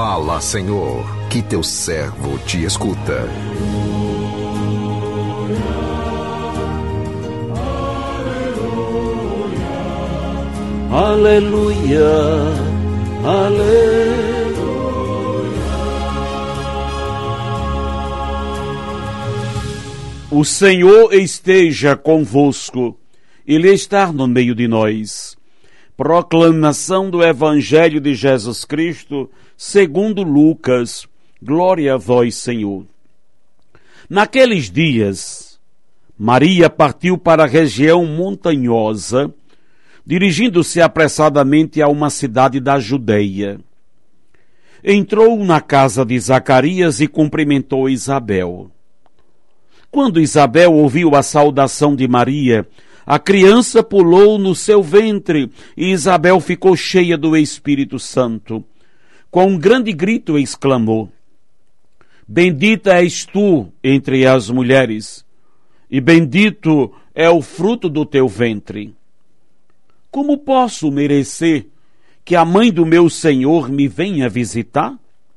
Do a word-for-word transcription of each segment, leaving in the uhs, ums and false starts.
Fala, Senhor, que teu servo te escuta. Aleluia, aleluia. O Senhor esteja convosco, Ele está no meio de nós. Proclamação do Evangelho de Jesus Cristo, segundo Lucas. Glória a vós, Senhor. Naqueles dias, Maria partiu para a região montanhosa, dirigindo-se apressadamente a uma cidade da Judeia. Entrou na casa de Zacarias e cumprimentou Isabel. Quando Isabel ouviu a saudação de Maria, a criança pulou no seu ventre e Isabel ficou cheia do Espírito Santo. Com um grande grito exclamou: Bendita és tu entre as mulheres, e bendito é o fruto do teu ventre. Como posso merecer que a mãe do meu Senhor me venha visitar?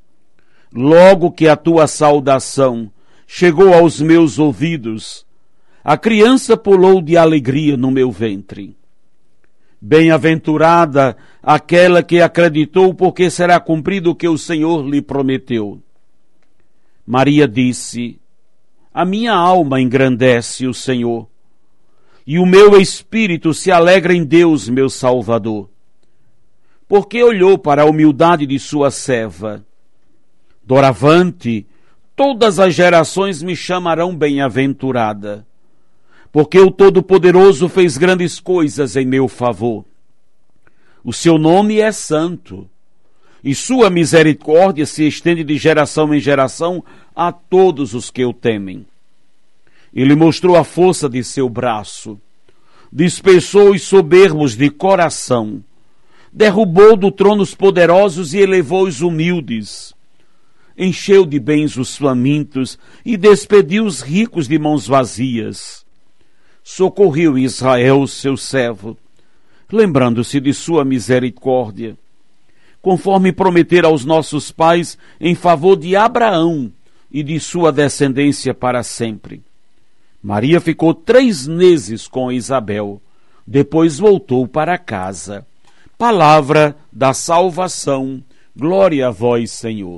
Logo que a tua saudação chegou aos meus ouvidos, a criança pulou de alegria no meu ventre. Bem-aventurada aquela que acreditou, porque será cumprido o que o Senhor lhe prometeu. Maria disse: A minha alma engrandece o Senhor, e o meu espírito se alegra em Deus, meu Salvador, porque olhou para a humildade de sua serva. Doravante, todas as gerações me chamarão bem-aventurada, porque o Todo-Poderoso fez grandes coisas em meu favor. O seu nome é santo, e sua misericórdia se estende de geração em geração a todos os que o temem. Ele mostrou a força de seu braço, dispersou os soberbos de coração, derrubou do trono os poderosos e elevou os humildes. Encheu de bens os famintos e despediu os ricos de mãos vazias. Socorreu Israel, seu servo, lembrando-se de sua misericórdia, conforme prometera aos nossos pais em favor de Abraão e de sua descendência para sempre. Maria ficou três meses com Isabel, depois voltou para casa. Palavra da salvação, glória a vós, Senhor.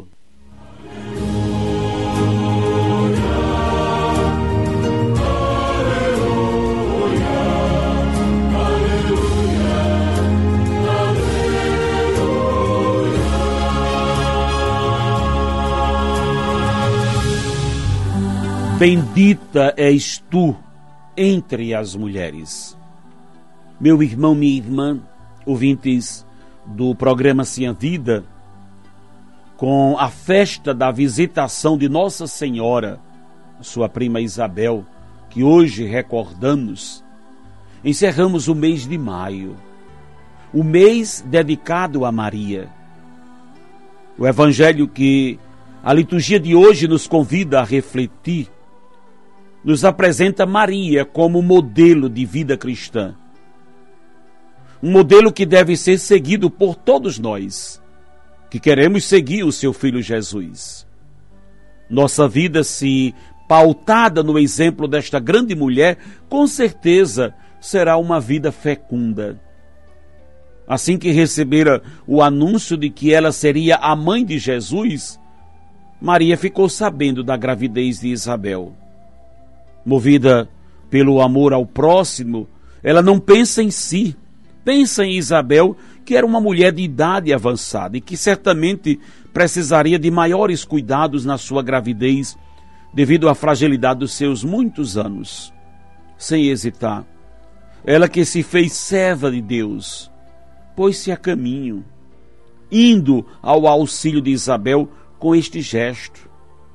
Bendita és tu entre as mulheres. Meu irmão, minha irmã, ouvintes do programa Sim a Vida, com a festa da visitação de Nossa Senhora, sua prima Isabel, que hoje recordamos, encerramos o mês de maio, o mês dedicado a Maria. O evangelho que a liturgia de hoje nos convida a refletir nos apresenta Maria como modelo de vida cristã. Um modelo que deve ser seguido por todos nós, que queremos seguir o seu Filho Jesus. Nossa vida, se pautada no exemplo desta grande mulher, com certeza será uma vida fecunda. Assim que recebera o anúncio de que ela seria a mãe de Jesus, Maria ficou sabendo da gravidez de Isabel. Movida pelo amor ao próximo, ela não pensa em si, pensa em Isabel, que era uma mulher de idade avançada e que certamente precisaria de maiores cuidados na sua gravidez, devido à fragilidade dos seus muitos anos. Sem hesitar, ela que se fez serva de Deus, pôs-se a caminho, indo ao auxílio de Isabel com este gesto.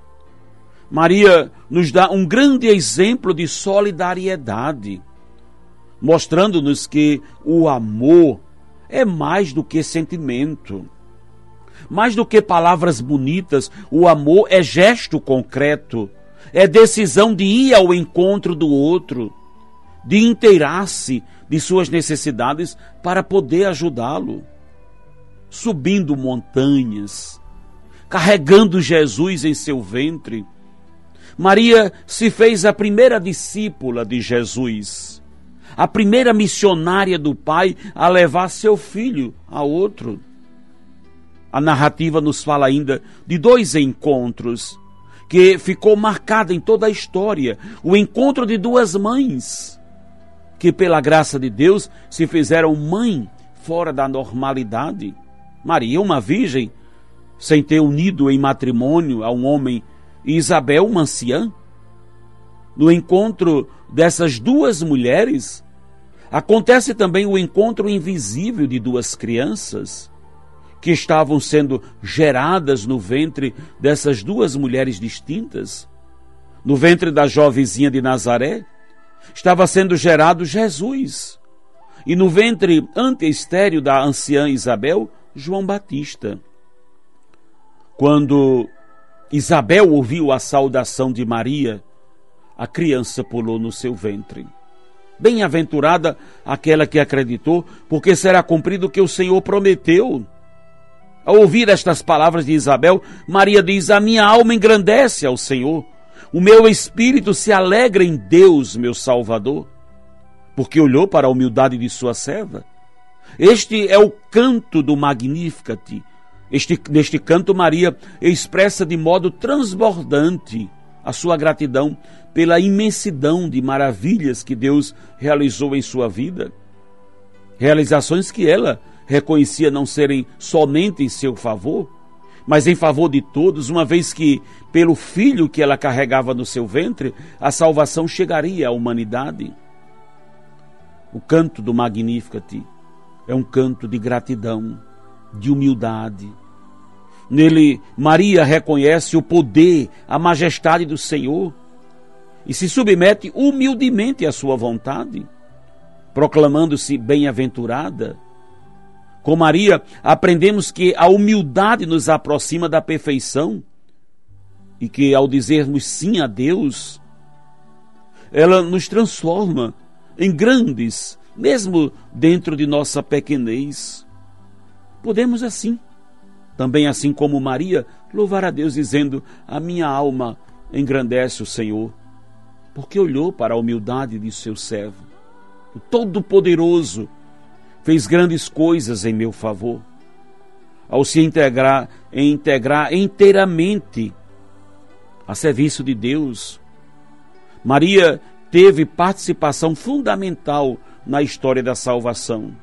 Maria nos dá um grande exemplo de solidariedade, mostrando-nos que o amor é mais do que sentimento, mais do que palavras bonitas. O amor é gesto concreto, é decisão de ir ao encontro do outro, de inteirar-se de suas necessidades para poder ajudá-lo, subindo montanhas, carregando Jesus em seu ventre. Maria se fez a primeira discípula de Jesus, a primeira missionária do Pai a levar seu filho a outro. A narrativa nos fala ainda de dois encontros que ficou marcado em toda a história. O encontro de duas mães, que pela graça de Deus se fizeram mãe fora da normalidade. Maria, uma virgem, sem ter unido em matrimônio a um homem, e Isabel, uma anciã. No encontro dessas duas mulheres, acontece também o encontro invisível de duas crianças, que estavam sendo geradas no ventre dessas duas mulheres distintas. No ventre da jovenzinha de Nazaré, estava sendo gerado Jesus. E no ventre anteestéreo da anciã Isabel, João Batista. Quando Isabel ouviu a saudação de Maria, a criança pulou no seu ventre. Bem-aventurada aquela que acreditou, porque será cumprido o que o Senhor prometeu. Ao ouvir estas palavras de Isabel, Maria diz: a minha alma engrandece ao Senhor, o meu espírito se alegra em Deus, meu Salvador, porque olhou para a humildade de sua serva. Este é o canto do Magnificat. Este, neste canto, Maria expressa de modo transbordante a sua gratidão pela imensidão de maravilhas que Deus realizou em sua vida. Realizações que ela reconhecia não serem somente em seu favor, mas em favor de todos, uma vez que, pelo filho que ela carregava no seu ventre, a salvação chegaria à humanidade. O canto do Magnificat é um canto de gratidão, de humildade. Nele, Maria reconhece o poder, a majestade do Senhor e se submete humildemente à sua vontade, proclamando-se bem-aventurada. Com Maria, aprendemos que a humildade nos aproxima da perfeição e que, ao dizermos sim a Deus, ela nos transforma em grandes, mesmo dentro de nossa pequenez. Podemos assim, também assim como Maria, louvar a Deus dizendo: a minha alma engrandece o Senhor, porque olhou para a humildade de seu servo. O Todo-Poderoso fez grandes coisas em meu favor, ao se integrar, integrar inteiramente a serviço de Deus. Maria teve participação fundamental na história da salvação,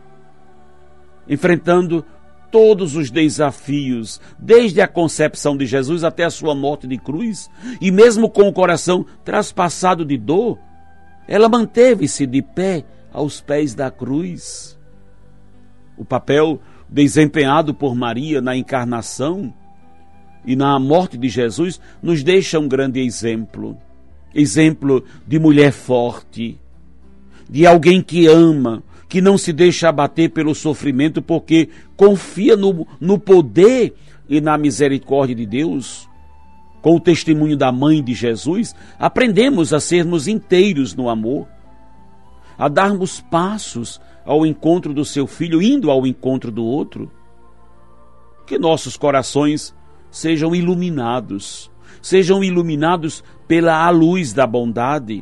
enfrentando todos os desafios, desde a concepção de Jesus até a sua morte de cruz, e mesmo com o coração traspassado de dor, ela manteve-se de pé aos pés da cruz. O papel desempenhado por Maria na encarnação e na morte de Jesus nos deixa um grande exemplo. Exemplo de mulher forte, de alguém que ama, que não se deixa abater pelo sofrimento, porque confia no, no poder e na misericórdia de Deus. Com o testemunho da mãe de Jesus, aprendemos a sermos inteiros no amor, a darmos passos ao encontro do seu filho, indo ao encontro do outro. Que nossos corações sejam iluminados, sejam iluminados pela luz da bondade.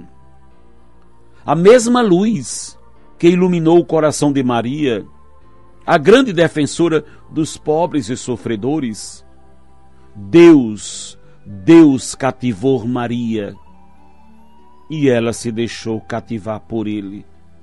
A mesma luz que iluminou o coração de Maria, a grande defensora dos pobres e sofredores. Deus, Deus cativou Maria e ela se deixou cativar por ele.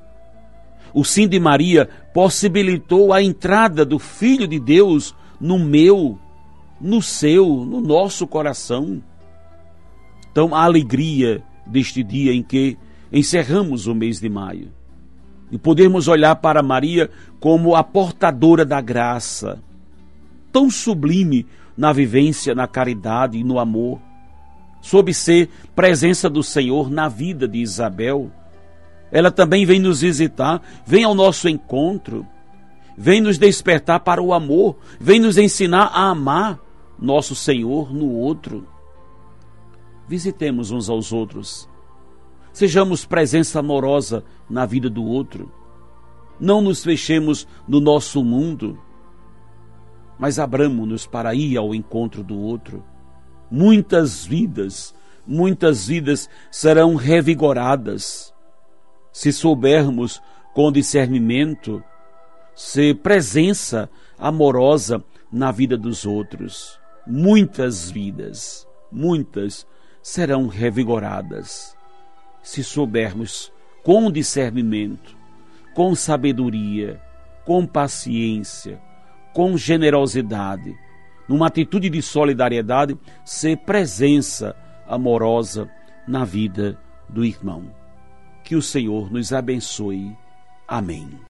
O sim de Maria possibilitou a entrada do Filho de Deus no meu, no seu, no nosso coração. Então, a alegria deste dia em que encerramos o mês de maio e podermos olhar para Maria como a portadora da graça, tão sublime na vivência, na caridade e no amor, soube ser presença do Senhor na vida de Isabel. Ela também vem nos visitar, vem ao nosso encontro, vem nos despertar para o amor, vem nos ensinar a amar nosso Senhor no outro. Visitemos uns aos outros, sejamos presença amorosa na vida do outro, não nos fechemos no nosso mundo. mas abramo-nos para ir ao encontro do outro. Muitas vidas, muitas vidas serão revigoradas se soubermos com discernimento ser presença amorosa na vida dos outros. Muitas vidas, muitas serão revigoradas se soubermos com discernimento, com sabedoria, com paciência, com generosidade, numa atitude de solidariedade, ser presença amorosa na vida do irmão. Que o Senhor nos abençoe. Amém.